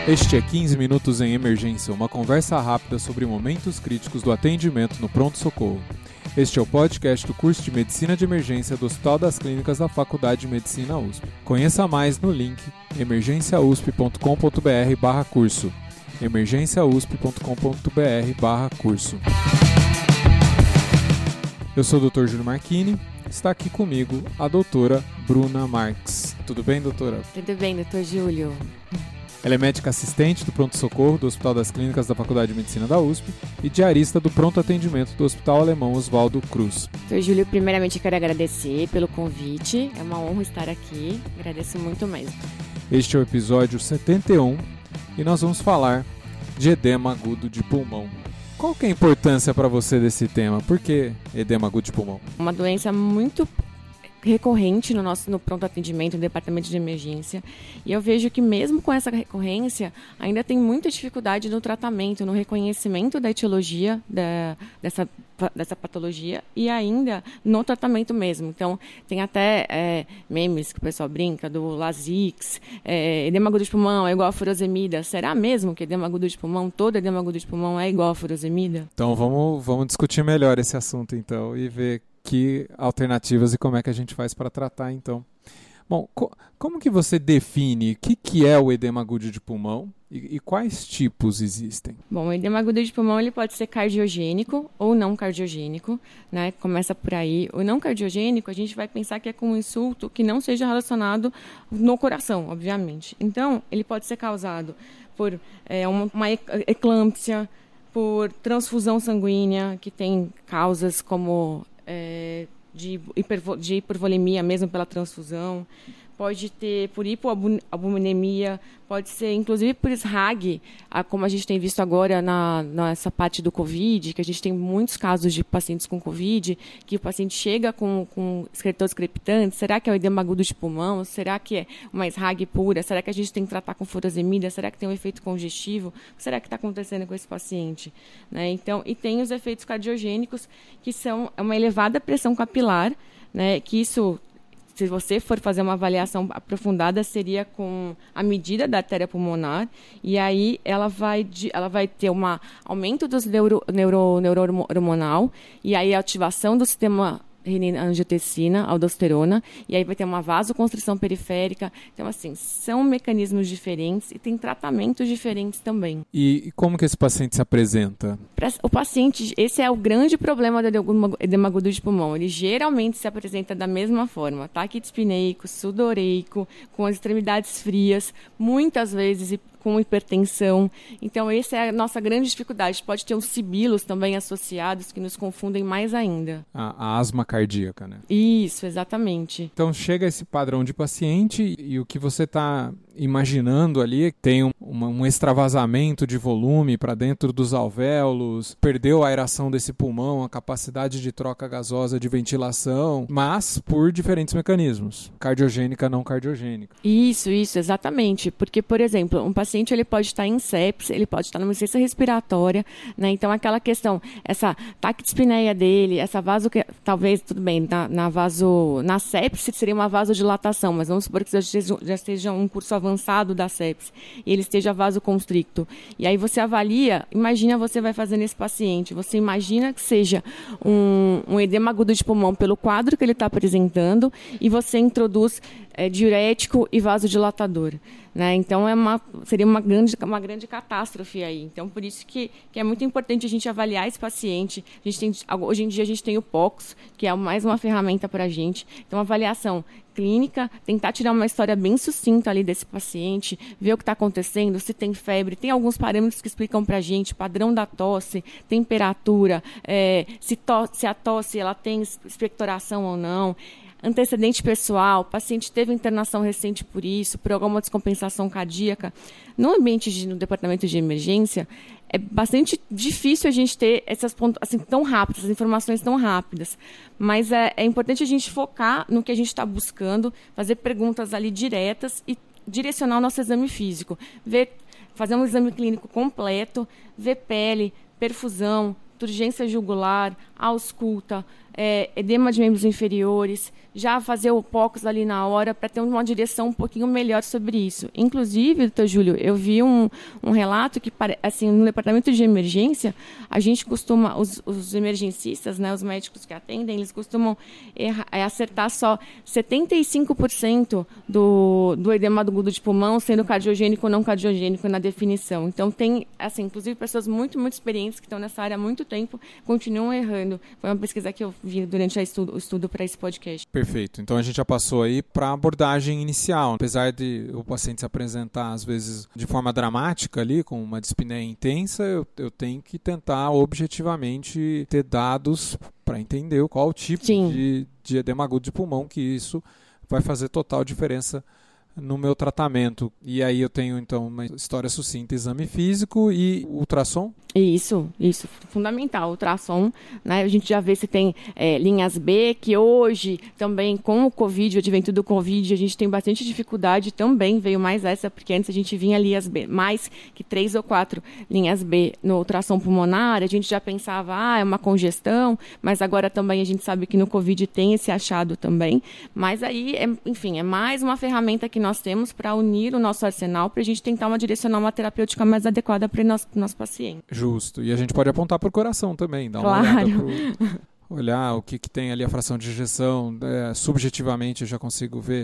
Este é 15 Minutos em Emergência, uma conversa rápida sobre momentos críticos do atendimento no pronto-socorro. Este é o podcast do curso de Medicina de Emergência do Hospital das Clínicas da Faculdade de Medicina USP. Conheça mais no link emergenciausp.com.br/curso. emergenciausp.com.br/curso. Eu sou o Dr. Júlio Marchini, está aqui comigo a doutora Bruna Marques. Tudo bem, doutora? Tudo bem, Dr. Júlio. Ela é médica assistente do pronto-socorro do Hospital das Clínicas da Faculdade de Medicina da USP e diarista do pronto atendimento do Hospital Alemão Oswaldo Cruz. Dr. Júlio, primeiramente eu quero agradecer pelo convite, é uma honra estar aqui, agradeço muito mesmo. Este é o episódio 71 e nós vamos falar de edema agudo de pulmão. Qual que é a importância para você desse tema? Por que edema agudo de pulmão? Uma doença muito recorrente no pronto atendimento, no departamento de emergência, e eu vejo que mesmo com essa recorrência, ainda tem muita dificuldade no tratamento, no reconhecimento da etiologia dessa patologia e ainda no tratamento mesmo. Então, tem até memes que o pessoal brinca do Lasix, edema agudo de pulmão é igual a furosemida. Será mesmo que edema agudo de pulmão, todo edema agudo de pulmão é igual a furosemida? Então, vamos discutir melhor esse assunto, então, e ver que alternativas e como é que a gente faz para tratar, então. Bom, como que você define o que é o edema agudo de pulmão e quais tipos existem? Bom, o edema agudo de pulmão ele pode ser cardiogênico ou não cardiogênico, né? Começa por aí. O não cardiogênico, a gente vai pensar que é com um insulto que não seja relacionado no coração, obviamente. Então, ele pode ser causado por uma eclâmpsia, por transfusão sanguínea, que tem causas como de hipervolemia mesmo pela transfusão, pode ter por hipoalbuminemia, pode ser inclusive por SRAG, como a gente tem visto agora nessa parte do Covid, que a gente tem muitos casos de pacientes com Covid, que o paciente chega com excretores crepitantes. Será que é o edema agudo de pulmão? Será que é uma SRAG pura? Será que a gente tem que tratar com furosemida? Será que tem um efeito congestivo? O que será que está acontecendo com esse paciente? Né? Então, e tem os efeitos cardiogênicos, que são uma elevada pressão capilar, né? Que isso, se você for fazer uma avaliação aprofundada, seria com a medida da artéria pulmonar, e aí ela vai ter um aumento dos neurohormonal, e aí a ativação do sistema renina-angiotensina, aldosterona, e aí vai ter uma vasoconstrição periférica. Então, assim, são mecanismos diferentes e tem tratamentos diferentes também. E como que esse paciente se apresenta? O paciente, esse é o grande problema do edema agudo de pulmão. Ele geralmente se apresenta da mesma forma: taquidispneico, sudoreico, com as extremidades frias, muitas vezes com hipertensão. Então, essa é a nossa grande dificuldade. Pode ter uns sibilos também associados que nos confundem mais ainda. A asma cardíaca, né? Isso, exatamente. Então, chega esse padrão de paciente e o que você está imaginando ali, tem um extravasamento de volume para dentro dos alvéolos, perdeu a aeração desse pulmão, a capacidade de troca gasosa de ventilação, mas por diferentes mecanismos, cardiogênica, não cardiogênica. Isso, exatamente. Porque, por exemplo, um paciente ele pode estar em sepse, ele pode estar numa insuficiência respiratória, né? Então, aquela questão, essa taquidispneia dele, essa talvez, tudo bem, na sepse seria uma vasodilatação, mas vamos supor que já esteja um curso avançado da sepse e ele esteja vasoconstricto. E aí você avalia, imagina você vai fazer nesse paciente, você imagina que seja um edema agudo de pulmão pelo quadro que ele está apresentando e você introduz diurético e vasodilatador. Né? Então, seria uma grande catástrofe aí. Então, por isso que é muito importante a gente avaliar esse paciente. Hoje em dia, a gente tem o POCUS, que é mais uma ferramenta para a gente. Então, avaliação clínica, tentar tirar uma história bem sucinta ali desse paciente, ver o que está acontecendo, se tem febre, tem alguns parâmetros que explicam para a gente, padrão da tosse, temperatura, se a tosse ela tem expectoração ou não, antecedente pessoal, o paciente teve internação recente por isso, por alguma descompensação cardíaca. No no departamento de emergência, é bastante difícil a gente ter essas assim, tão rápidas, essas informações tão rápidas. Mas é importante a gente focar no que a gente está buscando, fazer perguntas ali diretas e direcionar o nosso exame físico. Fazer um exame clínico completo, ver pele, perfusão, turgência jugular, ausculta, edema de membros inferiores, já fazer o POCUS ali na hora para ter uma direção um pouquinho melhor sobre isso. Inclusive, doutor Júlio, eu vi um relato que, assim, no departamento de emergência, a gente costuma, os emergencistas, né, os médicos que atendem, eles costumam acertar só 75% do edema agudo de pulmão, sendo cardiogênico ou não cardiogênico na definição. Então, tem, assim, inclusive, pessoas muito, muito experientes que estão nessa área há muito tempo, continuam errando. Foi uma pesquisa que eu vi durante o estudo para esse podcast. Perfeito. Então a gente já passou aí para a abordagem inicial. Apesar de o paciente se apresentar, às vezes, de forma dramática ali, com uma dispneia intensa, eu tenho que tentar objetivamente ter dados para entender qual o tipo de edema agudo de pulmão, que isso vai fazer total diferença no meu tratamento. E aí eu tenho, então, uma história sucinta, exame físico e ultrassom? Isso, fundamental, ultrassom, né? A gente já vê se tem linhas B, que hoje também com o Covid, o advento do Covid, a gente tem bastante dificuldade, também veio mais essa, porque antes a gente vinha linhas B, mais que 3 ou 4 linhas B no ultrassom pulmonar, a gente já pensava, é uma congestão, mas agora também a gente sabe que no Covid tem esse achado também, mas aí, enfim, é mais uma ferramenta que nós temos para unir o nosso arsenal, para a gente tentar direcionar uma terapêutica mais adequada para o nosso paciente. Justo. E a gente pode apontar para o coração também, dar uma olhada olhar o que tem ali a fração de ejeção. Subjetivamente eu já consigo ver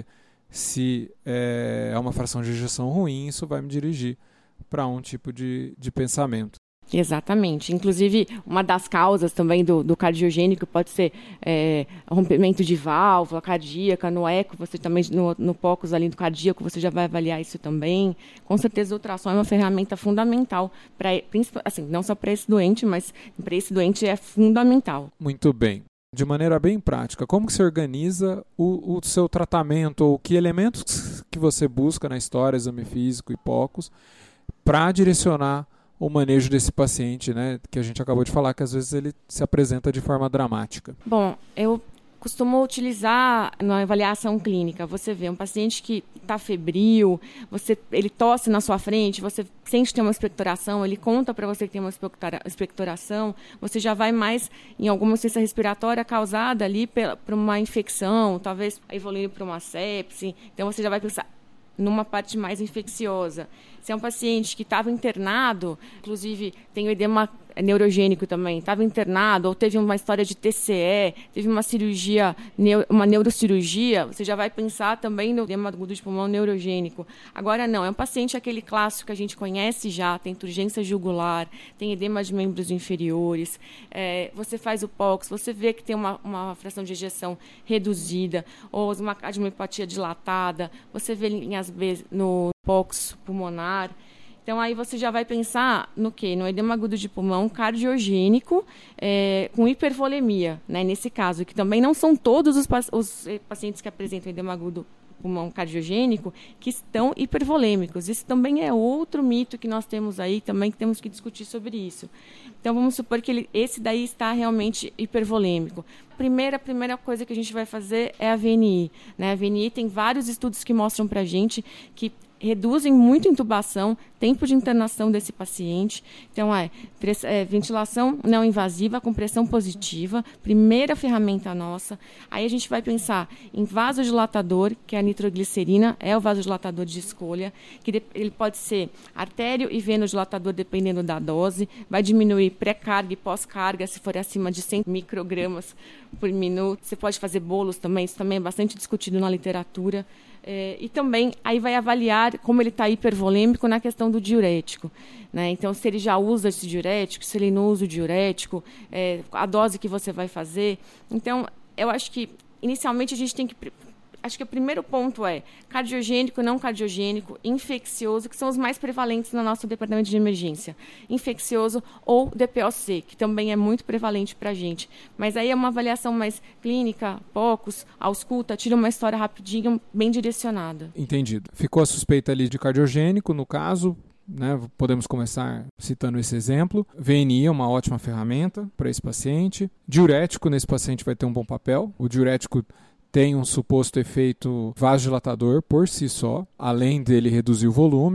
se é uma fração de ejeção ruim, isso vai me dirigir para um tipo de pensamento. Exatamente. Inclusive, uma das causas também do cardiogênico pode ser rompimento de válvula cardíaca, no eco, você também, no POCUS ali do cardíaco, você já vai avaliar isso também. Com certeza, o ultrassom é uma ferramenta fundamental, assim, não só para esse doente, mas para esse doente é fundamental. Muito bem. De maneira bem prática, como que você organiza o seu tratamento, ou que elementos que você busca na história, exame físico e POCUS, para direcionar o manejo desse paciente, né, que a gente acabou de falar, que às vezes ele se apresenta de forma dramática? Bom, eu costumo utilizar na avaliação clínica. Você vê um paciente que está febril, ele tosse na sua frente, você sente que tem uma expectoração, ele conta para você que tem uma expectoração, você já vai mais em alguma insuficiência respiratória causada ali por uma infecção, talvez evoluindo para uma sepse. Então, você já vai pensar numa parte mais infecciosa. Se é um paciente que estava internado, inclusive tem o edema neurogênico também, estava internado ou teve uma história de TCE, teve uma cirurgia, uma neurocirurgia, você já vai pensar também no edema agudo de pulmão neurogênico. Agora não, é um paciente aquele clássico que a gente conhece já, tem turgência jugular, tem edema de membros inferiores, você faz o POCUS, você vê que tem uma fração de ejeção reduzida, ou uma cardiomiopatía dilatada, você vê linhas B no POCUS pulmonar. Então, aí você já vai pensar no quê? No edema agudo de pulmão cardiogênico com hipervolemia, né? Nesse caso, que também não são todos os pacientes que apresentam edema agudo pulmão cardiogênico que estão hipervolêmicos. Isso também é outro mito que nós temos aí, também que temos que discutir sobre isso. Então, vamos supor que esse daí está realmente hipervolêmico. A primeira coisa que a gente vai fazer é a VNI, né? A VNI tem vários estudos que mostram para a gente que reduzem muito a intubação, tempo de internação desse paciente. Então, ventilação não invasiva com pressão positiva, primeira ferramenta nossa. Aí a gente vai pensar em vasodilatador, que é a nitroglicerina, é o vasodilatador de escolha, que ele pode ser artério e venodilatador, dependendo da dose, vai diminuir pré-carga e pós-carga, se for acima de 100 microgramas por minuto. Você pode fazer bolos também, isso também é bastante discutido na literatura. E também aí vai avaliar como ele está hipervolêmico na questão do diurético, né? Então, se ele já usa esse diurético, se ele não usa o diurético, a dose que você vai fazer. Então, eu acho que, inicialmente, a gente tem que... Acho que o primeiro ponto é cardiogênico, não cardiogênico, infeccioso, que são os mais prevalentes no nosso departamento de emergência. Infeccioso ou DPOC, que também é muito prevalente para a gente. Mas aí é uma avaliação mais clínica, POCUS, ausculta, tira uma história rapidinho, bem direcionada. Entendido. Ficou a suspeita ali de cardiogênico, no caso, né? Podemos começar citando esse exemplo. VNI é uma ótima ferramenta para esse paciente. Diurético nesse paciente vai ter um bom papel. O diurético tem um suposto efeito vasodilatador por si só, além dele reduzir o volume,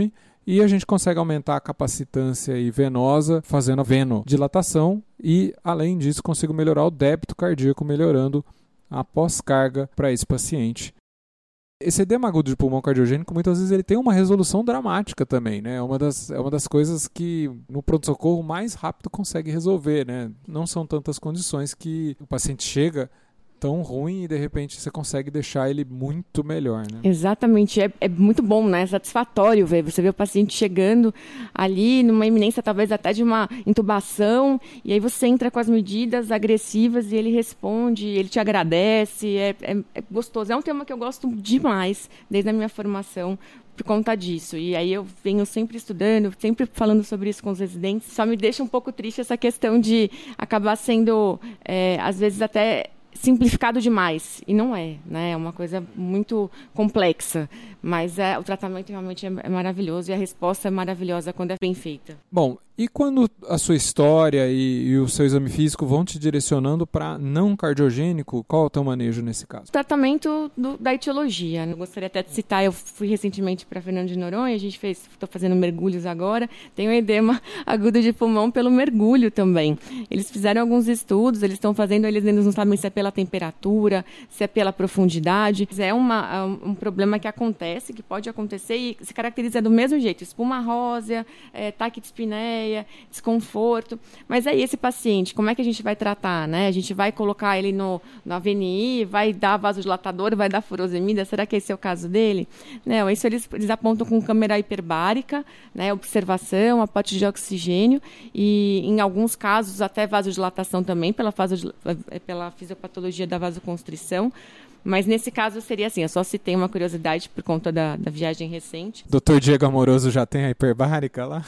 e a gente consegue aumentar a capacitância venosa fazendo a venodilatação e, além disso, consigo melhorar o débito cardíaco, melhorando a pós-carga para esse paciente. Esse edema agudo de pulmão cardiogênico, muitas vezes ele tem uma resolução dramática também, né? É uma das coisas que no pronto-socorro mais rápido consegue resolver, né? Não são tantas condições que o paciente chega tão ruim e de repente você consegue deixar ele muito melhor, né? Exatamente, é muito bom, né? É satisfatório ver, você vê o paciente chegando ali numa iminência talvez até de uma intubação, e aí você entra com as medidas agressivas e ele responde, ele te agradece, é gostoso. É um tema que eu gosto demais desde a minha formação, por conta disso. E aí eu venho sempre estudando, sempre falando sobre isso com os residentes. Só me deixa um pouco triste essa questão de acabar sendo, às vezes até simplificado demais, e não é, né? É uma coisa muito complexa, mas o tratamento realmente é maravilhoso e a resposta é maravilhosa quando é bem feita. Bom, e quando a sua história e o seu exame físico vão te direcionando para não cardiogênico, qual é o teu manejo nesse caso? O tratamento da etiologia. Eu gostaria até de citar, eu fui recentemente para Fernando de Noronha, estou fazendo mergulhos agora, tenho edema agudo de pulmão pelo mergulho também. Eles fizeram alguns estudos, eles estão fazendo, eles ainda não sabem se é pela temperatura, se é pela profundidade. É um problema que acontece, que pode acontecer e se caracteriza do mesmo jeito, espuma rósea, taquidispneia, desconforto. Mas aí esse paciente, como é que a gente vai tratar, né? A gente vai colocar ele no AVNI, vai dar vasodilatador, vai dar furosemida, será que esse é o caso dele? Não, isso eles apontam com câmera hiperbárica, né? Observação, aporte de oxigênio e em alguns casos até vasodilatação também pela fisiopatologia da vasoconstrição. Mas nesse caso seria assim, eu só citei uma curiosidade por conta da viagem recente. Dr. Diego Amoroso já tem a hiperbárica lá?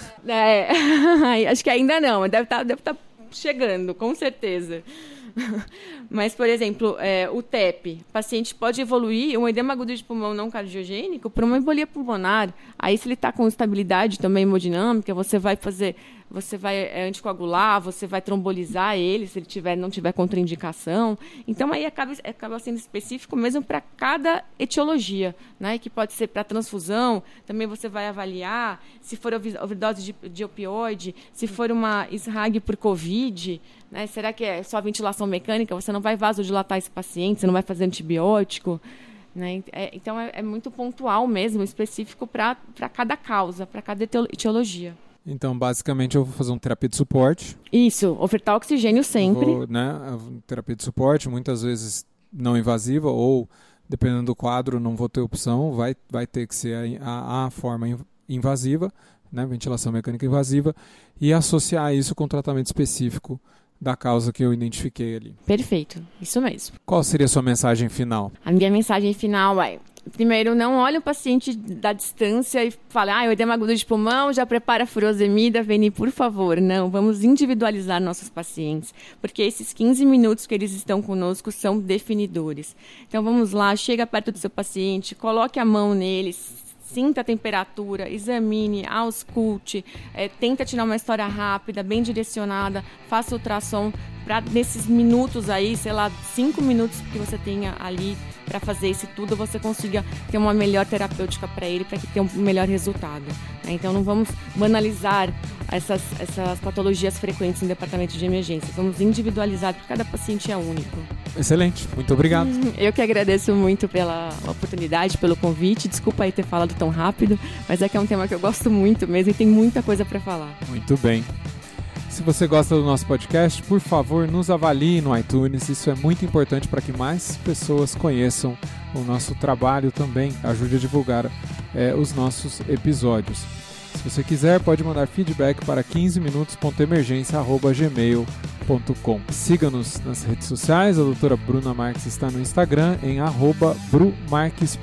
Acho que ainda não, deve estar chegando, com certeza. Mas, por exemplo, o TEP, o paciente pode evoluir um edema agudo de pulmão não cardiogênico para uma embolia pulmonar. Aí, se ele está com estabilidade também hemodinâmica, você vai anticoagular, você vai trombolizar ele, se ele não tiver contraindicação. Então, aí acaba sendo específico mesmo para cada etiologia, né? Que pode ser para transfusão, também você vai avaliar se for overdose de opioide, se for uma SRAG por COVID, né? Será que é só ventilação mecânica? Você não vai vasodilatar esse paciente, você não vai fazer antibiótico, né? Então, é muito pontual mesmo, específico para cada causa, para cada etiologia. Então, basicamente, eu vou fazer uma terapia de suporte. Isso, ofertar oxigênio sempre. Terapia de suporte, muitas vezes não invasiva, ou, dependendo do quadro, não vou ter opção, vai ter que ser a forma invasiva, né? Ventilação mecânica invasiva, e associar isso com um tratamento específico da causa que eu identifiquei ali. Perfeito, isso mesmo. Qual seria a sua mensagem final? A minha mensagem final é: primeiro, não olhe o paciente da distância e fale, o edema agudo de pulmão, já prepara a furosemida, Veni, por favor. Não, vamos individualizar nossos pacientes, porque esses 15 minutos que eles estão conosco são definidores. Então, vamos lá, chega perto do seu paciente, coloque a mão neles, sinta a temperatura, examine, ausculte, tenta tirar uma história rápida, bem direcionada, faça ultrassom para nesses minutos aí, 5 minutos que você tenha ali para fazer isso tudo, você consiga ter uma melhor terapêutica para ele, para que tenha um melhor resultado. Então, não vamos banalizar essas patologias frequentes em departamento de emergência. Vamos individualizar, porque cada paciente é único. Excelente, muito obrigado. Eu que agradeço muito pela oportunidade, pelo convite. Desculpa aí ter falado tão rápido, mas é que é um tema que eu gosto muito mesmo e tem muita coisa para falar. Muito bem. Se você gosta do nosso podcast, por favor, nos avalie no iTunes. Isso é muito importante para que mais pessoas conheçam o nosso trabalho também. Ajude a divulgar os nossos episódios. Se você quiser, pode mandar feedback para 15minutos.emergência@gmail.com. Siga-nos nas redes sociais. A doutora Bruna Marques está no Instagram em @brumarques_.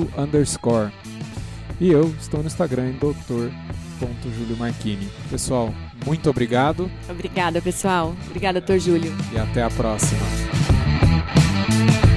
E eu estou no Instagram em Dr.Júlio Marchini. Pessoal, muito obrigado. Obrigada, pessoal. Obrigada, Dr. Júlio. E até a próxima.